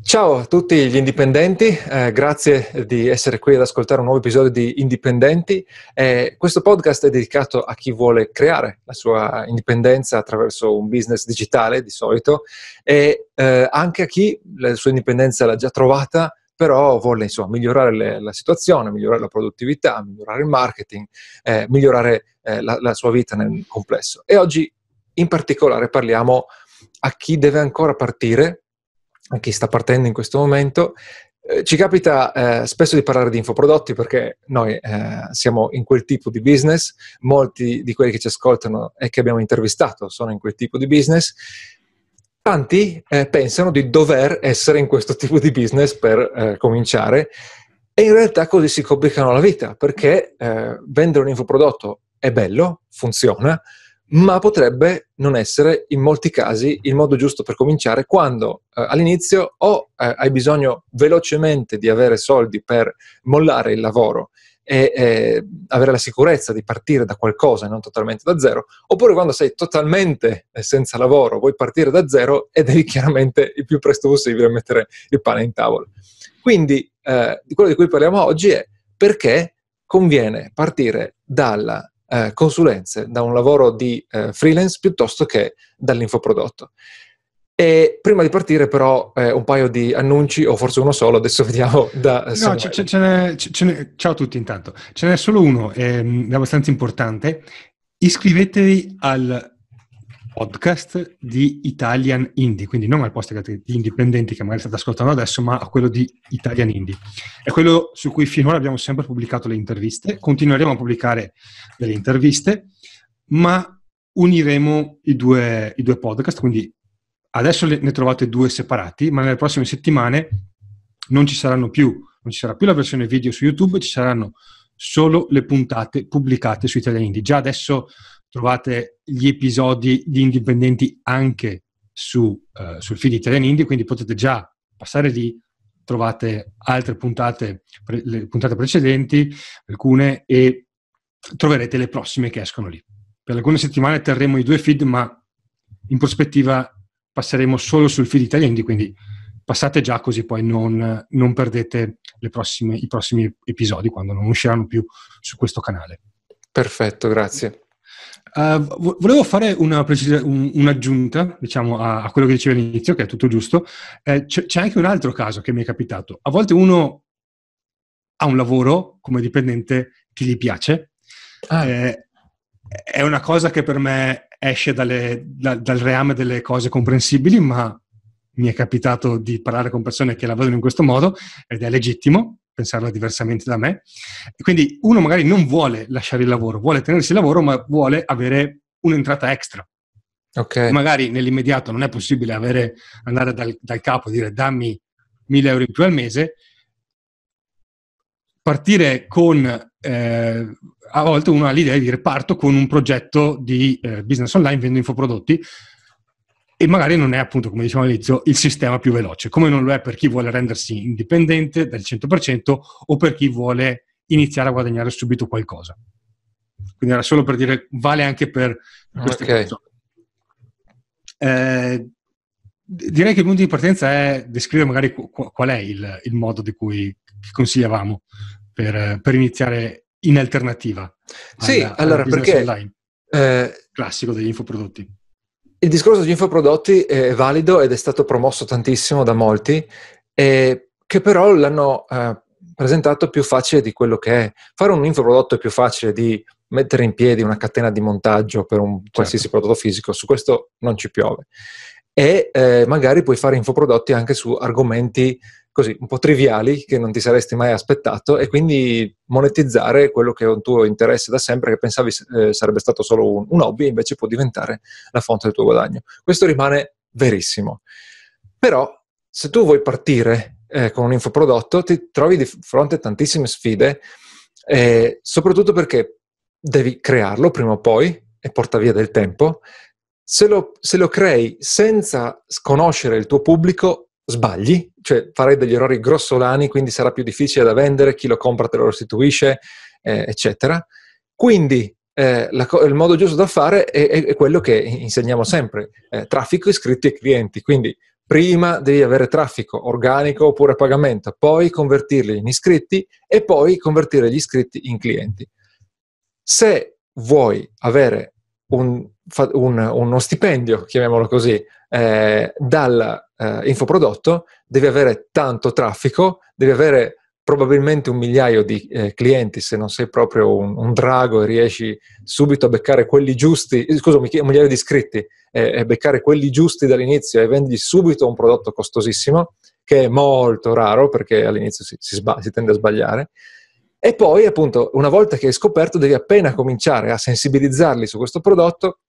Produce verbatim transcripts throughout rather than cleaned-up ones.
Ciao a tutti gli indipendenti, eh, grazie di essere qui ad ascoltare un nuovo episodio di Indipendenti. Eh, questo podcast è dedicato a chi vuole creare la sua indipendenza attraverso un business digitale di solito e eh, anche a chi la sua indipendenza l'ha già trovata, però vuole insomma migliorare le, la situazione, migliorare la produttività, migliorare il marketing, eh, migliorare eh, la, la sua vita nel complesso. E oggi in particolare parliamo a chi deve ancora partire, a chi sta partendo in questo momento. Eh, ci capita eh, spesso di parlare di infoprodotti perché noi eh, siamo in quel tipo di business, molti di quelli che ci ascoltano e che abbiamo intervistato sono in quel tipo di business. Tanti eh, pensano di dover essere in questo tipo di business per eh, cominciare e in realtà così si complicano la vita perché eh, vendere un infoprodotto è bello, funziona, ma potrebbe non essere in molti casi il modo giusto per cominciare quando eh, all'inizio o eh, hai bisogno velocemente di avere soldi per mollare il lavoro e eh, avere la sicurezza di partire da qualcosa e non totalmente da zero, oppure quando sei totalmente senza lavoro, vuoi partire da zero e devi chiaramente il più presto possibile mettere il pane in tavola. Quindi eh, di quello di cui parliamo oggi è perché conviene partire dalla Eh, consulenze, da un lavoro di eh, freelance piuttosto che dall'infoprodotto. E prima di partire però eh, un paio di annunci, o forse uno solo, adesso vediamo da eh, No, ce, ce, ce n'è, ce n'è, ciao a tutti intanto, ce n'è solo uno, ehm, è abbastanza importante. Iscrivetevi al podcast di Italian Indie, quindi non al podcast di indipendenti che magari state ascoltando adesso, ma a quello di Italian Indie. È quello su cui finora abbiamo sempre pubblicato le interviste, continueremo a pubblicare delle interviste, ma uniremo i due, i due podcast, quindi adesso ne trovate due separati, ma nelle prossime settimane non ci saranno più, non ci sarà più la versione video su YouTube, ci saranno solo le puntate pubblicate su Italian Indie. Già adesso trovate gli episodi di Indipendenti anche su, uh, sul feed Italian Indie, quindi potete già passare lì, trovate altre puntate, pre- le puntate precedenti, alcune, e troverete le prossime che escono lì. Per alcune settimane terremo i due feed, ma in prospettiva passeremo solo sul feed Italian Indie, quindi passate già così poi non, non perdete le prossime, i prossimi episodi quando non usciranno più su questo canale. Perfetto, grazie. Uh, volevo fare una precisa, un, un'aggiunta, diciamo, a, a quello che dicevi all'inizio, che è tutto giusto. Eh, c'è, c'è anche un altro caso che mi è capitato. A volte uno ha un lavoro come dipendente che gli piace. Ah. Eh, è una cosa che per me esce dalle, da, dal reame delle cose comprensibili, ma mi è capitato di parlare con persone che la vedono in questo modo ed è legittimo pensarla diversamente da me. E quindi uno magari non vuole lasciare il lavoro, vuole tenersi il lavoro, ma vuole avere un'entrata extra. Okay. Magari nell'immediato non è possibile avere, andare dal, dal capo e dire dammi mille euro in più al mese. Partire con, eh, a volte uno ha l'idea di dire parto con un progetto di eh, business online, vendo infoprodotti, e magari non è, appunto, come dicevamo all'inizio, il sistema più veloce, come non lo è per chi vuole rendersi indipendente del cento per cento o per chi vuole iniziare a guadagnare subito qualcosa. Quindi era solo per dire, vale anche per queste okay. persone. Eh, direi che il punto di partenza è descrivere magari qu- qual è il, il modo di cui consigliavamo per, per iniziare in alternativa sì, al, allora, al business perché, online eh, classico degli infoprodotti. Il discorso degli infoprodotti è valido ed è stato promosso tantissimo da molti, eh, che però l'hanno eh, presentato più facile di quello che è. Fare un infoprodotto è più facile di mettere in piedi una catena di montaggio per un certo. qualsiasi prodotto fisico, su questo non ci piove. E eh, magari puoi fare infoprodotti anche su argomenti così un po' triviali che non ti saresti mai aspettato e quindi monetizzare quello che è un tuo interesse da sempre, che pensavi eh, sarebbe stato solo un, un hobby, invece può diventare la fonte del tuo guadagno. Questo rimane verissimo. Però se tu vuoi partire eh, con un infoprodotto ti trovi di fronte a tantissime sfide, eh, soprattutto perché devi crearlo prima o poi e porta via del tempo. Se lo, se lo crei senza conoscere il tuo pubblico, sbagli, cioè farai degli errori grossolani, quindi sarà più difficile da vendere, chi lo compra te lo restituisce, eh, eccetera. Quindi eh, la, il modo giusto da fare è, è, è quello che insegniamo sempre, eh, traffico, iscritti e clienti. Quindi prima devi avere traffico organico oppure a pagamento, poi convertirli in iscritti e poi convertire gli iscritti in clienti. Se vuoi avere un, un, uno stipendio, chiamiamolo così, eh, dal eh, infoprodotto, devi avere tanto traffico, devi avere probabilmente un migliaio di eh, clienti, se non sei proprio un, un drago e riesci subito a beccare quelli giusti, scusami, un migliaio di iscritti e, e beccare quelli giusti dall'inizio e vendi subito un prodotto costosissimo, che è molto raro perché all'inizio si, si, sbaglia, si tende a sbagliare. E poi, appunto, una volta che hai scoperto, devi appena cominciare a sensibilizzarli su questo prodotto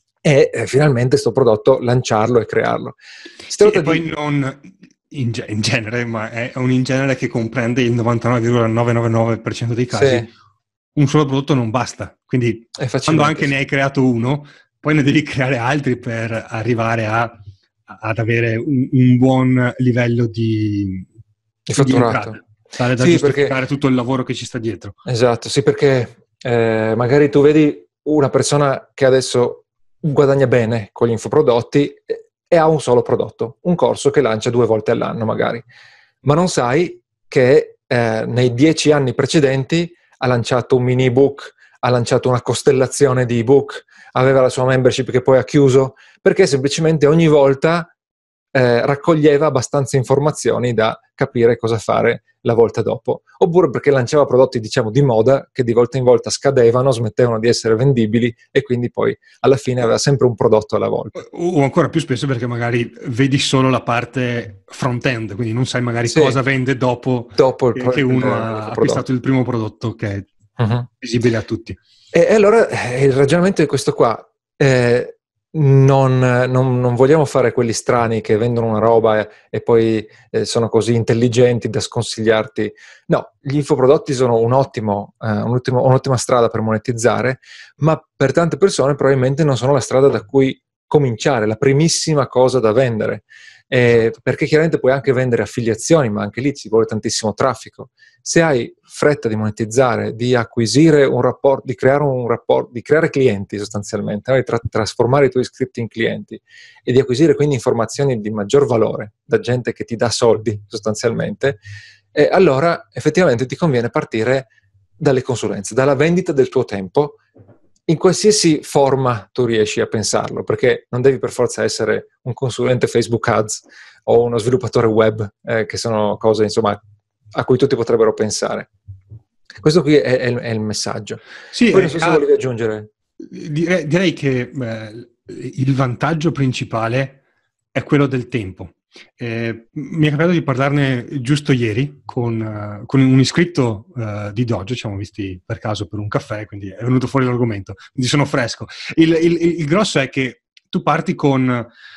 e eh, finalmente questo prodotto lanciarlo e crearlo. Sì, e poi di... non... In, ge- in genere, ma è un in genere che comprende il novantanove virgola novecentonovantanove per cento dei casi, sì. Un solo prodotto non basta, quindi quando anche sì. ne hai creato uno, poi ne devi creare altri per arrivare a, a, ad avere un, un buon livello di, di fatturato, di tale da sì, giustificare perché... tutto il lavoro che ci sta dietro. Esatto, sì, perché eh, magari tu vedi una persona che adesso guadagna bene con gli infoprodotti e ha un solo prodotto, un corso che lancia due volte all'anno magari, ma non sai che eh, nei dieci anni precedenti ha lanciato un mini ebook, ha lanciato una costellazione di ebook, aveva la sua membership che poi ha chiuso, perché semplicemente ogni volta eh, raccoglieva abbastanza informazioni da capire cosa fare la volta dopo, oppure perché lanciava prodotti, diciamo, di moda che di volta in volta scadevano, smettevano di essere vendibili e quindi poi alla fine aveva sempre un prodotto alla volta. O ancora più spesso perché magari vedi solo la parte front-end, quindi non sai magari sì, cosa vende dopo, dopo il che, pro- che uno il, ha acquistato il primo prodotto che è uh-huh. visibile a tutti. E, e allora il ragionamento è questo qua. Eh, Non, non, non vogliamo fare quelli strani che vendono una roba e, e poi eh, sono così intelligenti da sconsigliarti. No, gli infoprodotti sono un ottimo, eh, un ottimo, un'ottima strada per monetizzare, ma per tante persone probabilmente non sono la strada da cui cominciare, la primissima cosa da vendere. Eh, perché chiaramente puoi anche vendere affiliazioni, ma anche lì ci vuole tantissimo traffico. Se hai fretta di monetizzare, di acquisire un rapporto, di creare un rapporto, di creare clienti sostanzialmente, no? di tra- trasformare i tuoi iscritti in clienti e di acquisire quindi informazioni di maggior valore da gente che ti dà soldi sostanzialmente, eh, allora effettivamente ti conviene partire dalle consulenze, dalla vendita del tuo tempo, in qualsiasi forma tu riesci a pensarlo, perché non devi per forza essere un consulente Facebook Ads o uno sviluppatore web, eh, che sono cose, insomma, a cui tutti potrebbero pensare. Questo qui è, è, è il messaggio. Sì, Poi non so eh, se volevi aggiungere. Direi, direi che eh, il vantaggio principale è quello del tempo. Eh, mi è capitato di parlarne giusto ieri con, uh, con un iscritto uh, di Dojo, ci siamo visti per caso per un caffè, quindi è venuto fuori l'argomento, quindi sono fresco. Il, il, il grosso è che tu parti con,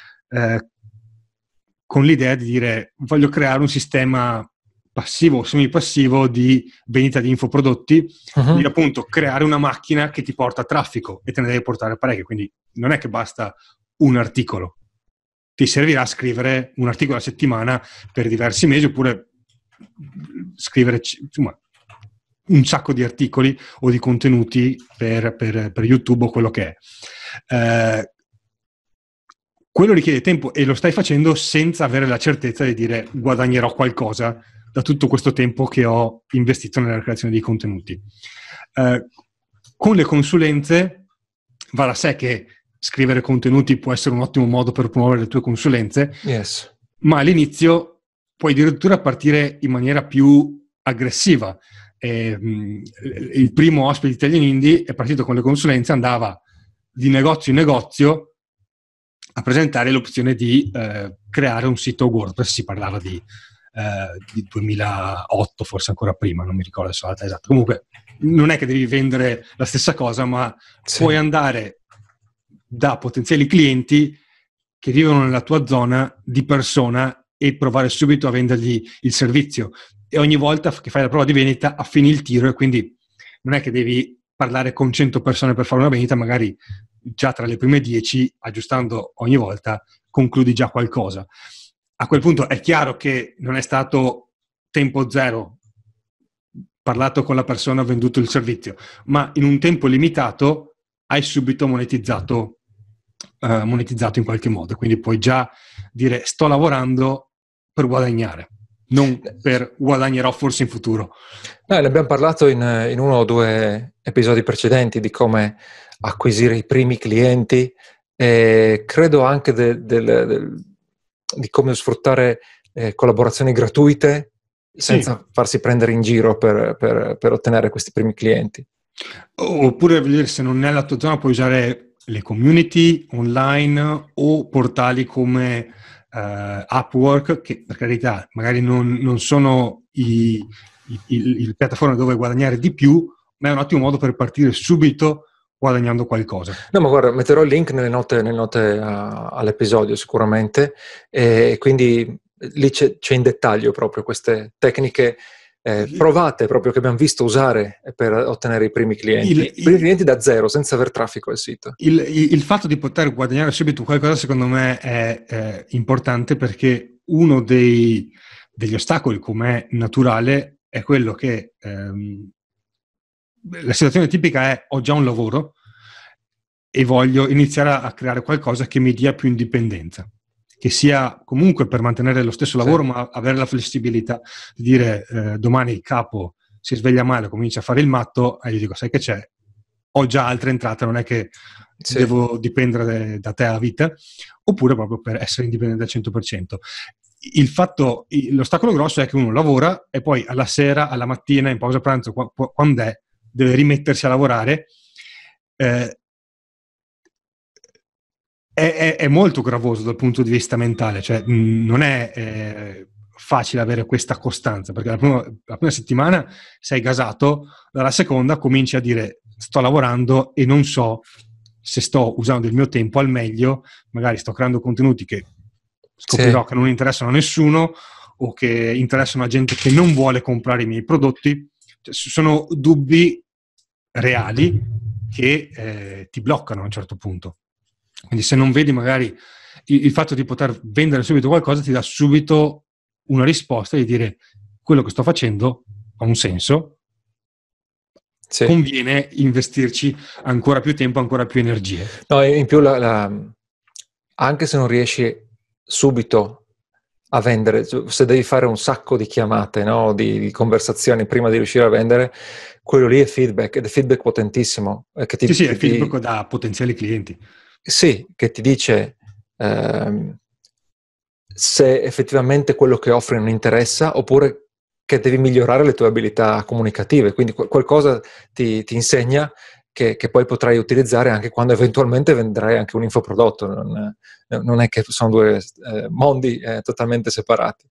eh, con l'idea di dire voglio creare un sistema passivo o semipassivo di vendita di infoprodotti, uh-huh. di appunto creare una macchina che ti porta traffico e te ne devi portare parecchio, quindi non è che basta un articolo. Ti servirà scrivere un articolo a settimana per diversi mesi, oppure scrivere insomma, un sacco di articoli o di contenuti per, per, per YouTube o quello che è. Eh, quello richiede tempo e lo stai facendo senza avere la certezza di dire guadagnerò qualcosa da tutto questo tempo che ho investito nella creazione di contenuti. Eh, con le consulenze va da sé che scrivere contenuti può essere un ottimo modo per promuovere le tue consulenze, yes. ma all'inizio puoi addirittura partire in maniera più aggressiva. Eh, il primo ospite di Italian Indie è partito con le consulenze, andava di negozio in negozio a presentare l'opzione di eh, creare un sito WordPress. Si parlava di, eh, di duemilaotto, forse ancora prima, non mi ricordo adesso la data esatta. Comunque non è che devi vendere la stessa cosa, ma sì. puoi andare da potenziali clienti che vivono nella tua zona di persona e provare subito a vendergli il servizio. E ogni volta che fai la prova di vendita affini il tiro, e quindi non è che devi parlare con cento persone per fare una vendita, magari già tra le prime dieci, aggiustando ogni volta, concludi già qualcosa. A quel punto è chiaro che non è stato tempo zero, parlato con la persona, venduto il servizio, ma in un tempo limitato hai subito monetizzato uh, monetizzato in qualche modo, quindi puoi già dire sto lavorando per guadagnare, non per guadagnerò forse in futuro. Noi ne abbiamo parlato in, in uno o due episodi precedenti di come acquisire i primi clienti e credo anche de, de, de, de, di come sfruttare eh, collaborazioni gratuite senza sì. farsi prendere in giro per, per, per ottenere questi primi clienti. Oppure vedere se non è la tua zona puoi usare le community online o portali come uh, Upwork, che per carità magari non, non sono i, i, i, i piattaforme dove guadagnare di più, ma è un ottimo modo per partire subito guadagnando qualcosa. No, ma guarda, metterò il link nelle note, nelle note uh, all'episodio sicuramente, e quindi lì c'è, c'è in dettaglio proprio queste tecniche eh, provate proprio che abbiamo visto usare per ottenere i primi clienti, il, i primi il, clienti da zero, senza aver traffico al sito. Il, il, il fatto di poter guadagnare subito qualcosa secondo me è eh, importante, perché uno dei, degli ostacoli, come è naturale, è quello che ehm, la situazione tipica è: ho già un lavoro e voglio iniziare a, a creare qualcosa che mi dia più indipendenza, che sia comunque per mantenere lo stesso lavoro, sì. ma avere la flessibilità di dire eh, domani il capo si sveglia male, comincia a fare il matto, e gli dico: sai che c'è? Ho già altre entrate, non è che sì. devo dipendere da te a vita. Oppure proprio per essere indipendente al cento per cento. Il fatto, l'ostacolo grosso è che uno lavora e poi alla sera, alla mattina, in pausa pranzo, quando è, deve rimettersi a lavorare. Eh, è, è, è molto gravoso dal punto di vista mentale, cioè mh, non è eh, facile avere questa costanza, perché la prima, la prima settimana sei gasato, dalla seconda cominci a dire: sto lavorando e non so se sto usando il mio tempo al meglio, magari sto creando contenuti che scoprirò sì. che non interessano a nessuno, o che interessano a gente che non vuole comprare i miei prodotti. Cioè, sono dubbi reali che eh, ti bloccano a un certo punto. Quindi se non vedi magari il, il fatto di poter vendere subito qualcosa ti dà subito una risposta di dire: quello che sto facendo ha un senso, sì. conviene investirci ancora più tempo, ancora più energie. No, in più la, la, anche se non riesci subito a vendere, se devi fare un sacco di chiamate, no, di, di conversazioni prima di riuscire a vendere, quello lì è feedback, ed è feedback potentissimo. Che ti, sì, sì, che è feedback ti, da potenziali clienti. Sì, che ti dice ehm, se effettivamente quello che offri non interessa, oppure che devi migliorare le tue abilità comunicative, quindi qualcosa ti, ti insegna che, che poi potrai utilizzare anche quando eventualmente vendrai anche un infoprodotto. Non, non è che sono due eh, mondi eh, totalmente separati.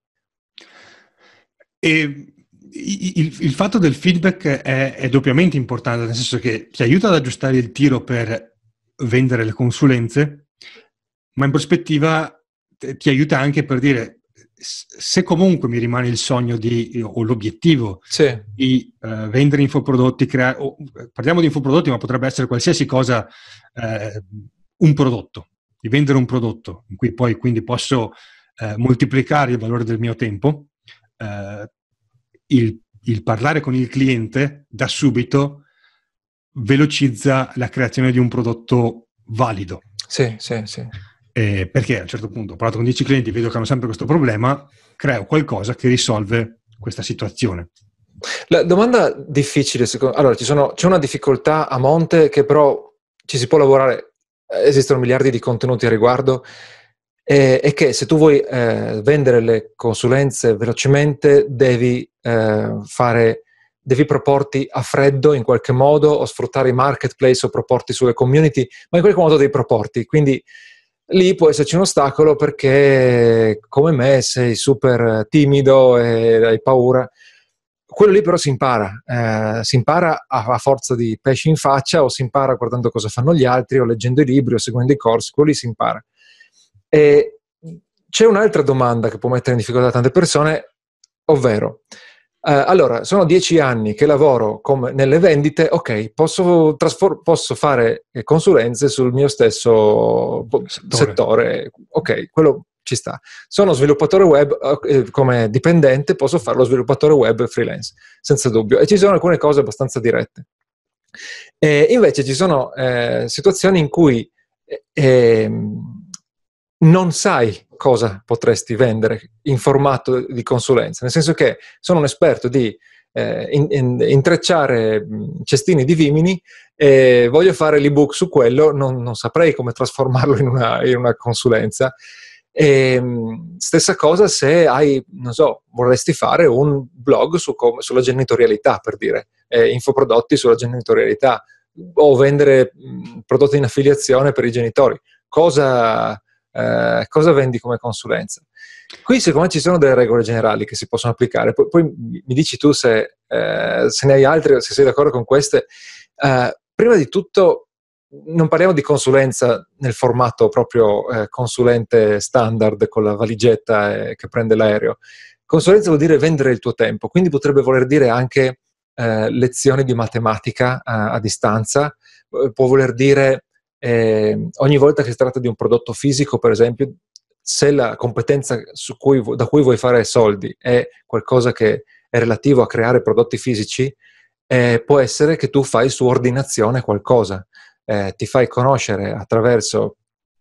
E il, il fatto del feedback è, è doppiamente importante, nel senso che ti aiuta ad aggiustare il tiro per vendere le consulenze, ma in prospettiva ti aiuta anche per dire: se comunque mi rimane il sogno di, o l'obiettivo sì. di uh, vendere infoprodotti, creare, o, parliamo di infoprodotti, ma potrebbe essere qualsiasi cosa, uh, un prodotto, di vendere un prodotto in cui poi quindi posso uh, moltiplicare il valore del mio tempo, uh, il, il parlare con il cliente da subito velocizza la creazione di un prodotto valido. Sì, sì, sì. Eh, perché a un certo punto ho parlato con dieci clienti, vedo che hanno sempre questo problema, creo qualcosa che risolve questa situazione. La domanda difficile, secondo... allora ci sono, c'è una difficoltà a monte che però ci si può lavorare, esistono miliardi di contenuti a riguardo, e, e che se tu vuoi eh, vendere le consulenze velocemente devi eh, fare, devi proporti a freddo in qualche modo, o sfruttare i marketplace, o proporti sulle community, ma in qualche modo devi proporti, quindi lì può esserci un ostacolo perché come me sei super timido e hai paura. Quello lì però si impara, eh, si impara a, a forza di pesci in faccia, o si impara guardando cosa fanno gli altri, o leggendo i libri, o seguendo i corsi, quello lì si impara. E c'è un'altra domanda che può mettere in difficoltà tante persone, ovvero, eh, allora, sono dieci anni che lavoro come nelle vendite, ok, posso, trasfor- posso fare consulenze sul mio stesso settore. settore, ok, quello ci sta. Sono sviluppatore web, eh, come dipendente posso fare lo sviluppatore web freelance, senza dubbio, e ci sono alcune cose abbastanza dirette. E invece ci sono eh, situazioni in cui e, e non sai cosa potresti vendere in formato di consulenza, nel senso che sono un esperto di eh, in, in, intrecciare cestini di vimini e voglio fare l'ebook su quello, non, non saprei come trasformarlo in una, in una consulenza. E, stessa cosa se hai, non so, vorresti fare un blog su come, sulla genitorialità, per dire, eh, infoprodotti sulla genitorialità, o vendere mh, prodotti in affiliazione per i genitori. Cosa, eh, cosa vendi come consulenza? Qui secondo me ci sono delle regole generali che si possono applicare, poi, poi mi dici tu se, eh, se ne hai altre, se sei d'accordo con queste. Eh, prima di tutto non parliamo di consulenza nel formato proprio eh, consulente standard con la valigetta eh, che prende l'aereo. Consulenza vuol dire vendere il tuo tempo, quindi potrebbe voler dire anche eh, lezioni di matematica a, a distanza, può voler dire eh, ogni volta che si tratta di un prodotto fisico, per esempio, se la competenza su cui, da cui vuoi fare soldi è qualcosa che è relativo a creare prodotti fisici, eh, può essere che tu fai su ordinazione qualcosa. Eh, ti fai conoscere attraverso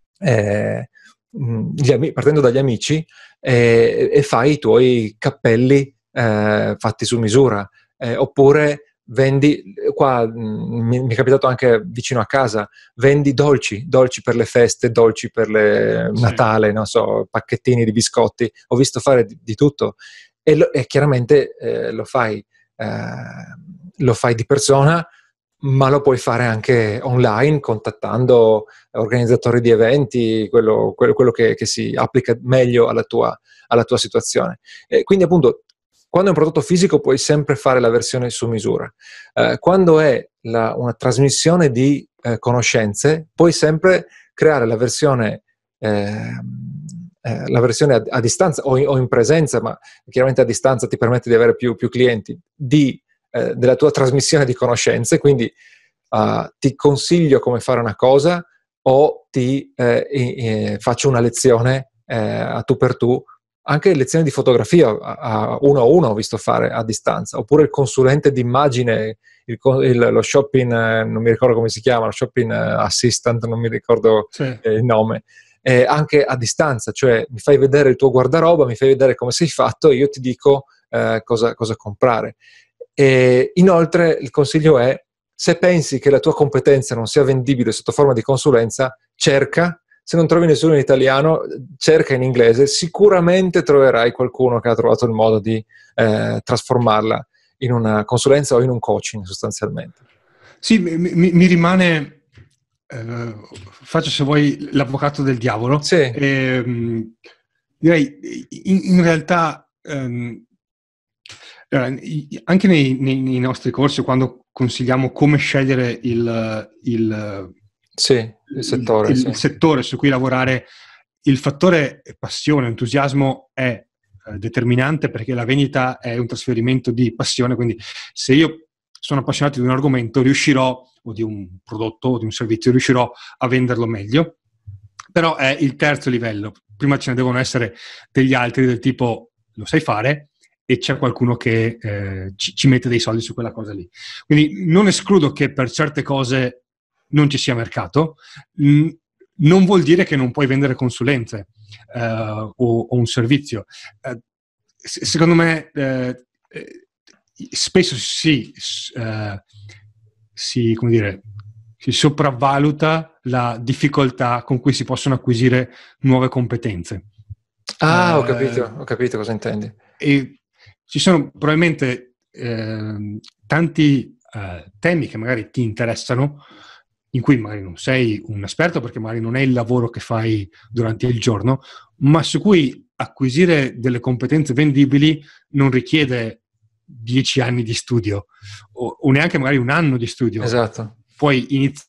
eh, gli ami- partendo dagli amici eh, e fai i tuoi cappelli eh, fatti su misura, eh, oppure vendi, qua mh, mi, mi è capitato anche vicino a casa, vendi dolci, dolci per le feste, dolci per le Sì. Natale, non so, pacchettini di biscotti, ho visto fare di, di tutto e, lo, e chiaramente eh, lo fai eh, lo fai di persona, ma lo puoi fare anche online contattando organizzatori di eventi, quello, quello, quello che, che si applica meglio alla tua, alla tua situazione. E quindi appunto quando è un prodotto fisico puoi sempre fare la versione su misura. Eh, quando è la, una trasmissione di eh, conoscenze puoi sempre creare la versione eh, eh, la versione a, a distanza o in, o in presenza, ma chiaramente a distanza ti permette di avere più, più clienti, di Eh, della tua trasmissione di conoscenze, quindi uh, ti consiglio come fare una cosa o ti eh, eh, faccio una lezione eh, a tu per tu, anche lezioni di fotografia a, a uno a uno ho visto fare a distanza, oppure il consulente d'immagine, il, il, lo shopping, eh, non mi ricordo come si chiama, lo shopping assistant, non mi ricordo sì. eh, il nome, eh, anche a distanza, cioè mi fai vedere il tuo guardaroba, mi fai vedere come sei fatto e io ti dico eh, cosa, cosa comprare. E inoltre il consiglio è, se pensi che la tua competenza non sia vendibile sotto forma di consulenza, cerca, se non trovi nessuno in italiano, cerca in inglese, sicuramente troverai qualcuno che ha trovato il modo di eh, trasformarla in una consulenza o in un coaching sostanzialmente. Sì, mi, mi, mi rimane, eh, faccio se vuoi l'avvocato del diavolo, sì. e, um, direi in, in realtà um, anche nei, nei, nei nostri corsi, quando consigliamo come scegliere il, il, sì, il, settore, il, sì. il settore su cui lavorare, il fattore passione, entusiasmo è eh, determinante, perché la vendita è un trasferimento di passione, quindi se io sono appassionato di un argomento riuscirò, o di un prodotto o di un servizio, riuscirò a venderlo meglio. Però è il terzo livello, prima ce ne devono essere degli altri del tipo lo sai fare e c'è qualcuno che eh, ci, ci mette dei soldi su quella cosa lì. Quindi non escludo che per certe cose non ci sia mercato, mm, non vuol dire che non puoi vendere consulenze eh, o, o un servizio. Eh, secondo me eh, spesso si, eh, si, come dire, si sopravvaluta la difficoltà con cui si possono acquisire nuove competenze. Ah, eh, ho capito, ho capito cosa intendi. E ci sono probabilmente eh, tanti eh, temi che magari ti interessano, in cui magari non sei un esperto perché magari non è il lavoro che fai durante il giorno, ma su cui acquisire delle competenze vendibili non richiede dieci anni di studio o, o neanche magari un anno di studio. Esatto. Puoi iniziare.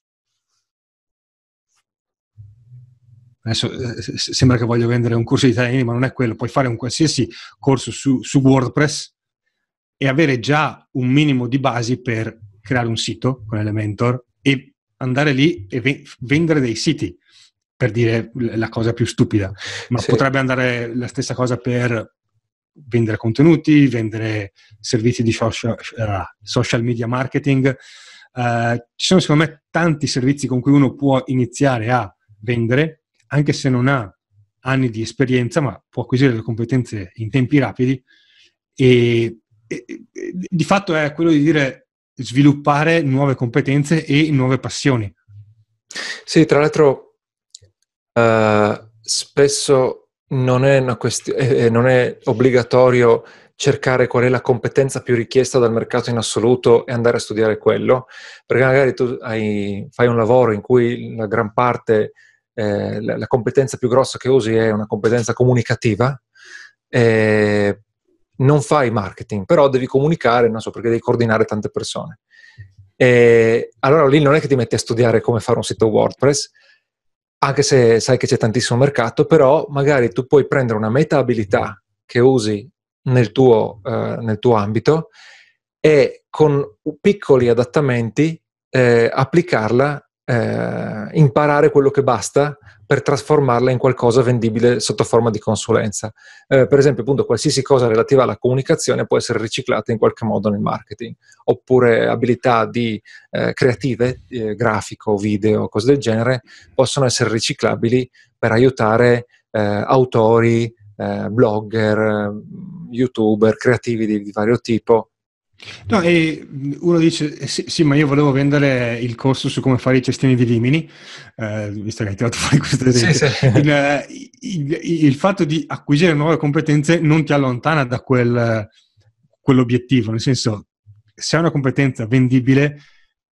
Adesso eh, sembra che voglio vendere un corso di italiano, ma non è quello. Puoi fare un qualsiasi corso su, su WordPress e avere già un minimo di basi per creare un sito con Elementor e andare lì e ve- vendere dei siti, per dire la cosa più stupida. Ma sì, potrebbe andare la stessa cosa per vendere contenuti, vendere servizi di social, uh, social media marketing. Uh, ci sono secondo me tanti servizi con cui uno può iniziare a vendere, anche se non ha anni di esperienza, ma può acquisire le competenze in tempi rapidi e, e, e di fatto è quello di dire sviluppare nuove competenze e nuove passioni. Sì, tra l'altro uh, spesso non è una questione, eh, non è obbligatorio cercare qual è la competenza più richiesta dal mercato in assoluto e andare a studiare quello, perché magari tu hai, fai un lavoro in cui la gran parte, eh, la, la competenza più grossa che usi è una competenza comunicativa, eh, non fai marketing, però devi comunicare, non so, perché devi coordinare tante persone. E allora lì non è che ti metti a studiare come fare un sito WordPress, anche se sai che c'è tantissimo mercato, però magari tu puoi prendere una meta abilità che usi nel tuo, eh, nel tuo ambito e con piccoli adattamenti eh, applicarla, eh, imparare quello che basta per trasformarla in qualcosa vendibile sotto forma di consulenza. Eh, per esempio, appunto, qualsiasi cosa relativa alla comunicazione può essere riciclata in qualche modo nel marketing, oppure abilità di, eh, creative, eh, grafico, video, cose del genere, possono essere riciclabili per aiutare eh, autori, eh, blogger, youtuber, creativi di, di vario tipo. No, e uno dice, sì, sì, ma io volevo vendere il corso su come fare i cestini di vimini, eh, visto che hai tirato fuori questo esempio. Sì, sì. Il, il, il fatto di acquisire nuove competenze non ti allontana da quel, quell'obiettivo, nel senso, se hai una competenza vendibile,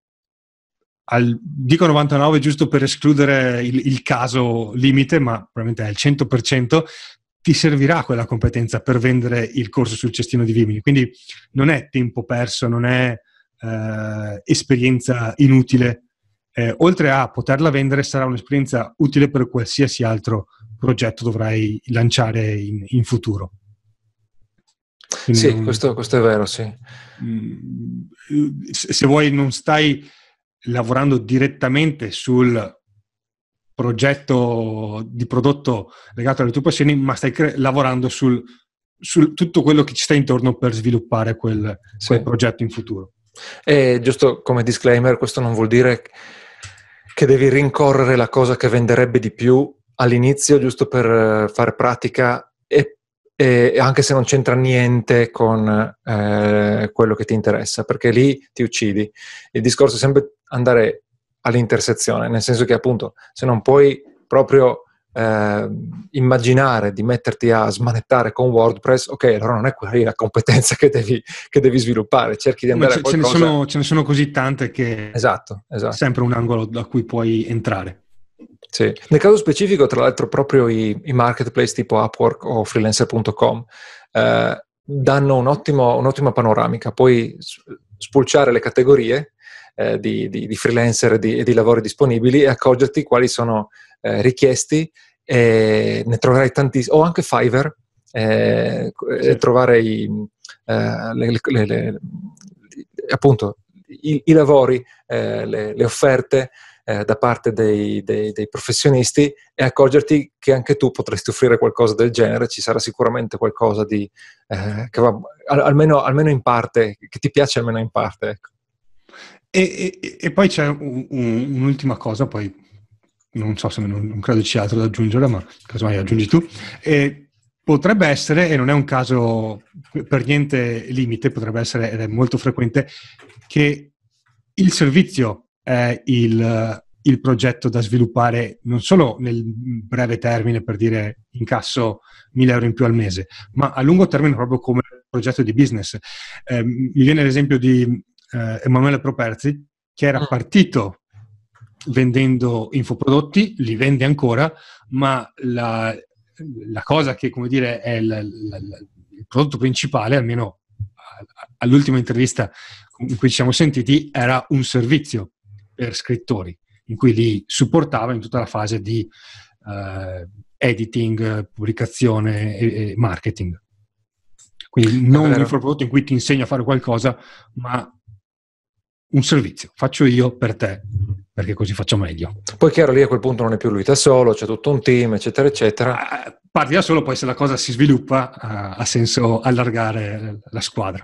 al, dico novantanove giusto per escludere il, il caso limite, ma probabilmente è il cento per cento, ti servirà quella competenza per vendere il corso sul cestino di vimini. Quindi non è tempo perso, non è eh, esperienza inutile. Eh, oltre a poterla vendere, sarà un'esperienza utile per qualsiasi altro progetto dovrai lanciare in, in futuro. Quindi sì, non, questo, questo è vero, sì. Se vuoi non stai lavorando direttamente sul progetto di prodotto legato alle tue passioni, ma stai cre- lavorando sul, sul tutto quello che ci sta intorno per sviluppare quel, Sì. quel progetto in futuro. E giusto come disclaimer, questo non vuol dire che devi rincorrere la cosa che venderebbe di più all'inizio, giusto per fare pratica, e, e anche se non c'entra niente con eh, quello che ti interessa, perché lì ti uccidi. Il discorso è sempre andare all'intersezione, nel senso che appunto se non puoi proprio eh, immaginare di metterti a smanettare con WordPress, ok, allora non è quella la competenza che devi, che devi sviluppare, cerchi di andare ce, a qualcosa... Ce ne, sono, ce ne sono così tante che esatto, esatto. è sempre un angolo da cui puoi entrare. Sì. Nel caso specifico, tra l'altro, proprio i, i marketplace tipo Upwork o freelancer punto com eh, danno un ottimo, un'ottima panoramica. Puoi spulciare le categorie eh, di, di, di freelancer e di, di lavori disponibili e accorgerti quali sono eh, richiesti, e ne troverai tantissimi, o anche Fiverr, eh, sì. E trovare i, eh, le, le, le, appunto i, i lavori, eh, le, le offerte Eh, da parte dei, dei, dei professionisti, e accorgerti che anche tu potresti offrire qualcosa del genere. Ci sarà sicuramente qualcosa di eh, che va al, almeno, almeno in parte, che ti piace almeno in parte, ecco. E, e, e poi c'è un, un, un'ultima cosa, poi non so se non, non credo ci sia altro da aggiungere, ma casomai aggiungi tu. E potrebbe essere, e non è un caso per niente limite, potrebbe essere, ed è molto frequente, che il servizio è il, il progetto da sviluppare non solo nel breve termine, per dire incasso mille euro in più al mese, ma a lungo termine proprio come progetto di business. Eh, mi viene l'esempio di eh, Emanuele Properzi, che era partito vendendo infoprodotti, li vende ancora, ma la, la cosa che, come dire, è il, il, il prodotto principale, almeno all'ultima intervista in cui ci siamo sentiti, era un servizio per scrittori, in cui li supportava in tutta la fase di uh, editing, pubblicazione e, e marketing. Quindi non un infoprodotto in cui ti insegno a fare qualcosa, ma un servizio. Faccio io per te, perché così faccio meglio. Poi chiaro, lì a quel punto non è più lui da solo, c'è tutto un team, eccetera, eccetera. Uh, parti da solo, poi se la cosa si sviluppa uh, ha senso allargare la squadra.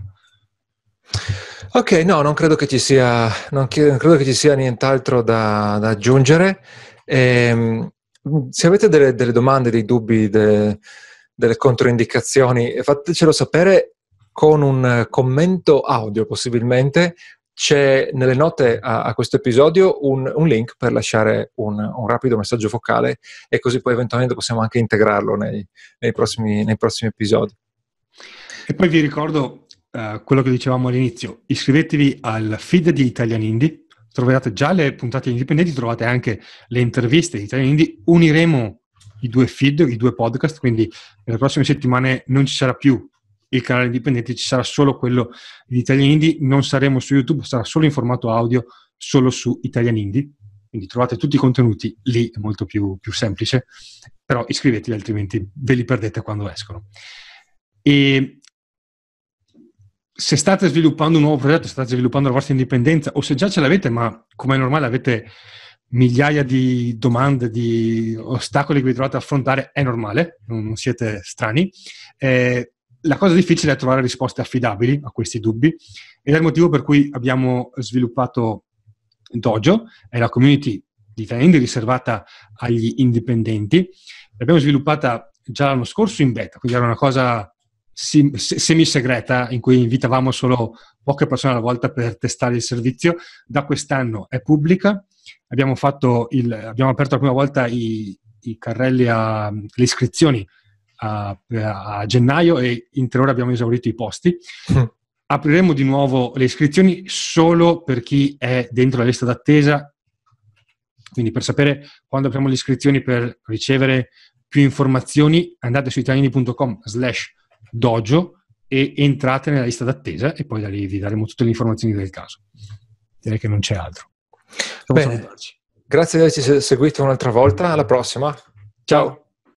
Ok, no, non credo che ci sia, non credo che ci sia nient'altro da, da aggiungere. Ehm, se avete delle, delle domande, dei dubbi, de, delle controindicazioni, fatecelo sapere con un commento audio possibilmente. C'è nelle note a, a questo episodio un, un link per lasciare un, un rapido messaggio vocale, e così poi eventualmente possiamo anche integrarlo nei, nei, prossimi, nei prossimi episodi. E poi vi ricordo uh, quello che dicevamo all'inizio: iscrivetevi al feed di Italian Indie, troverete già le puntate indipendenti, trovate anche le interviste di Italian Indie. Uniremo i due feed, i due podcast, quindi nelle prossime settimane non ci sarà più il canale indipendente, ci sarà solo quello di Italian Indie. Non saremo su YouTube, sarà solo in formato audio, solo su Italian Indie, quindi trovate tutti i contenuti lì, è molto più, più semplice, però iscrivetevi, altrimenti ve li perdete quando escono. E se state sviluppando un nuovo progetto, state sviluppando la vostra indipendenza, o se già ce l'avete ma come è normale avete migliaia di domande, di ostacoli che vi trovate a affrontare, è normale, non siete strani. Eh, La cosa difficile è trovare risposte affidabili a questi dubbi, ed è il motivo per cui abbiamo sviluppato Dojo, è la community di Italian Indie riservata agli indipendenti. L'abbiamo sviluppata già l'anno scorso in beta, quindi era una cosa sim- semi-segreta in cui invitavamo solo poche persone alla volta per testare il servizio. Da quest'anno è pubblica, abbiamo, fatto il, abbiamo aperto la prima volta i, i carrelli, a, le iscrizioni A, a gennaio, e in tre ore abbiamo esaurito i posti. Mm. Apriremo di nuovo le iscrizioni solo per chi è dentro la lista d'attesa, quindi per sapere quando apriamo le iscrizioni, per ricevere più informazioni, andate su italianindie.com slash dojo e entrate nella lista d'attesa, e poi da lì vi daremo tutte le informazioni del caso. Direi che non c'è altro. Bene, grazie di averci seguito un'altra volta, alla prossima, ciao. Ciao.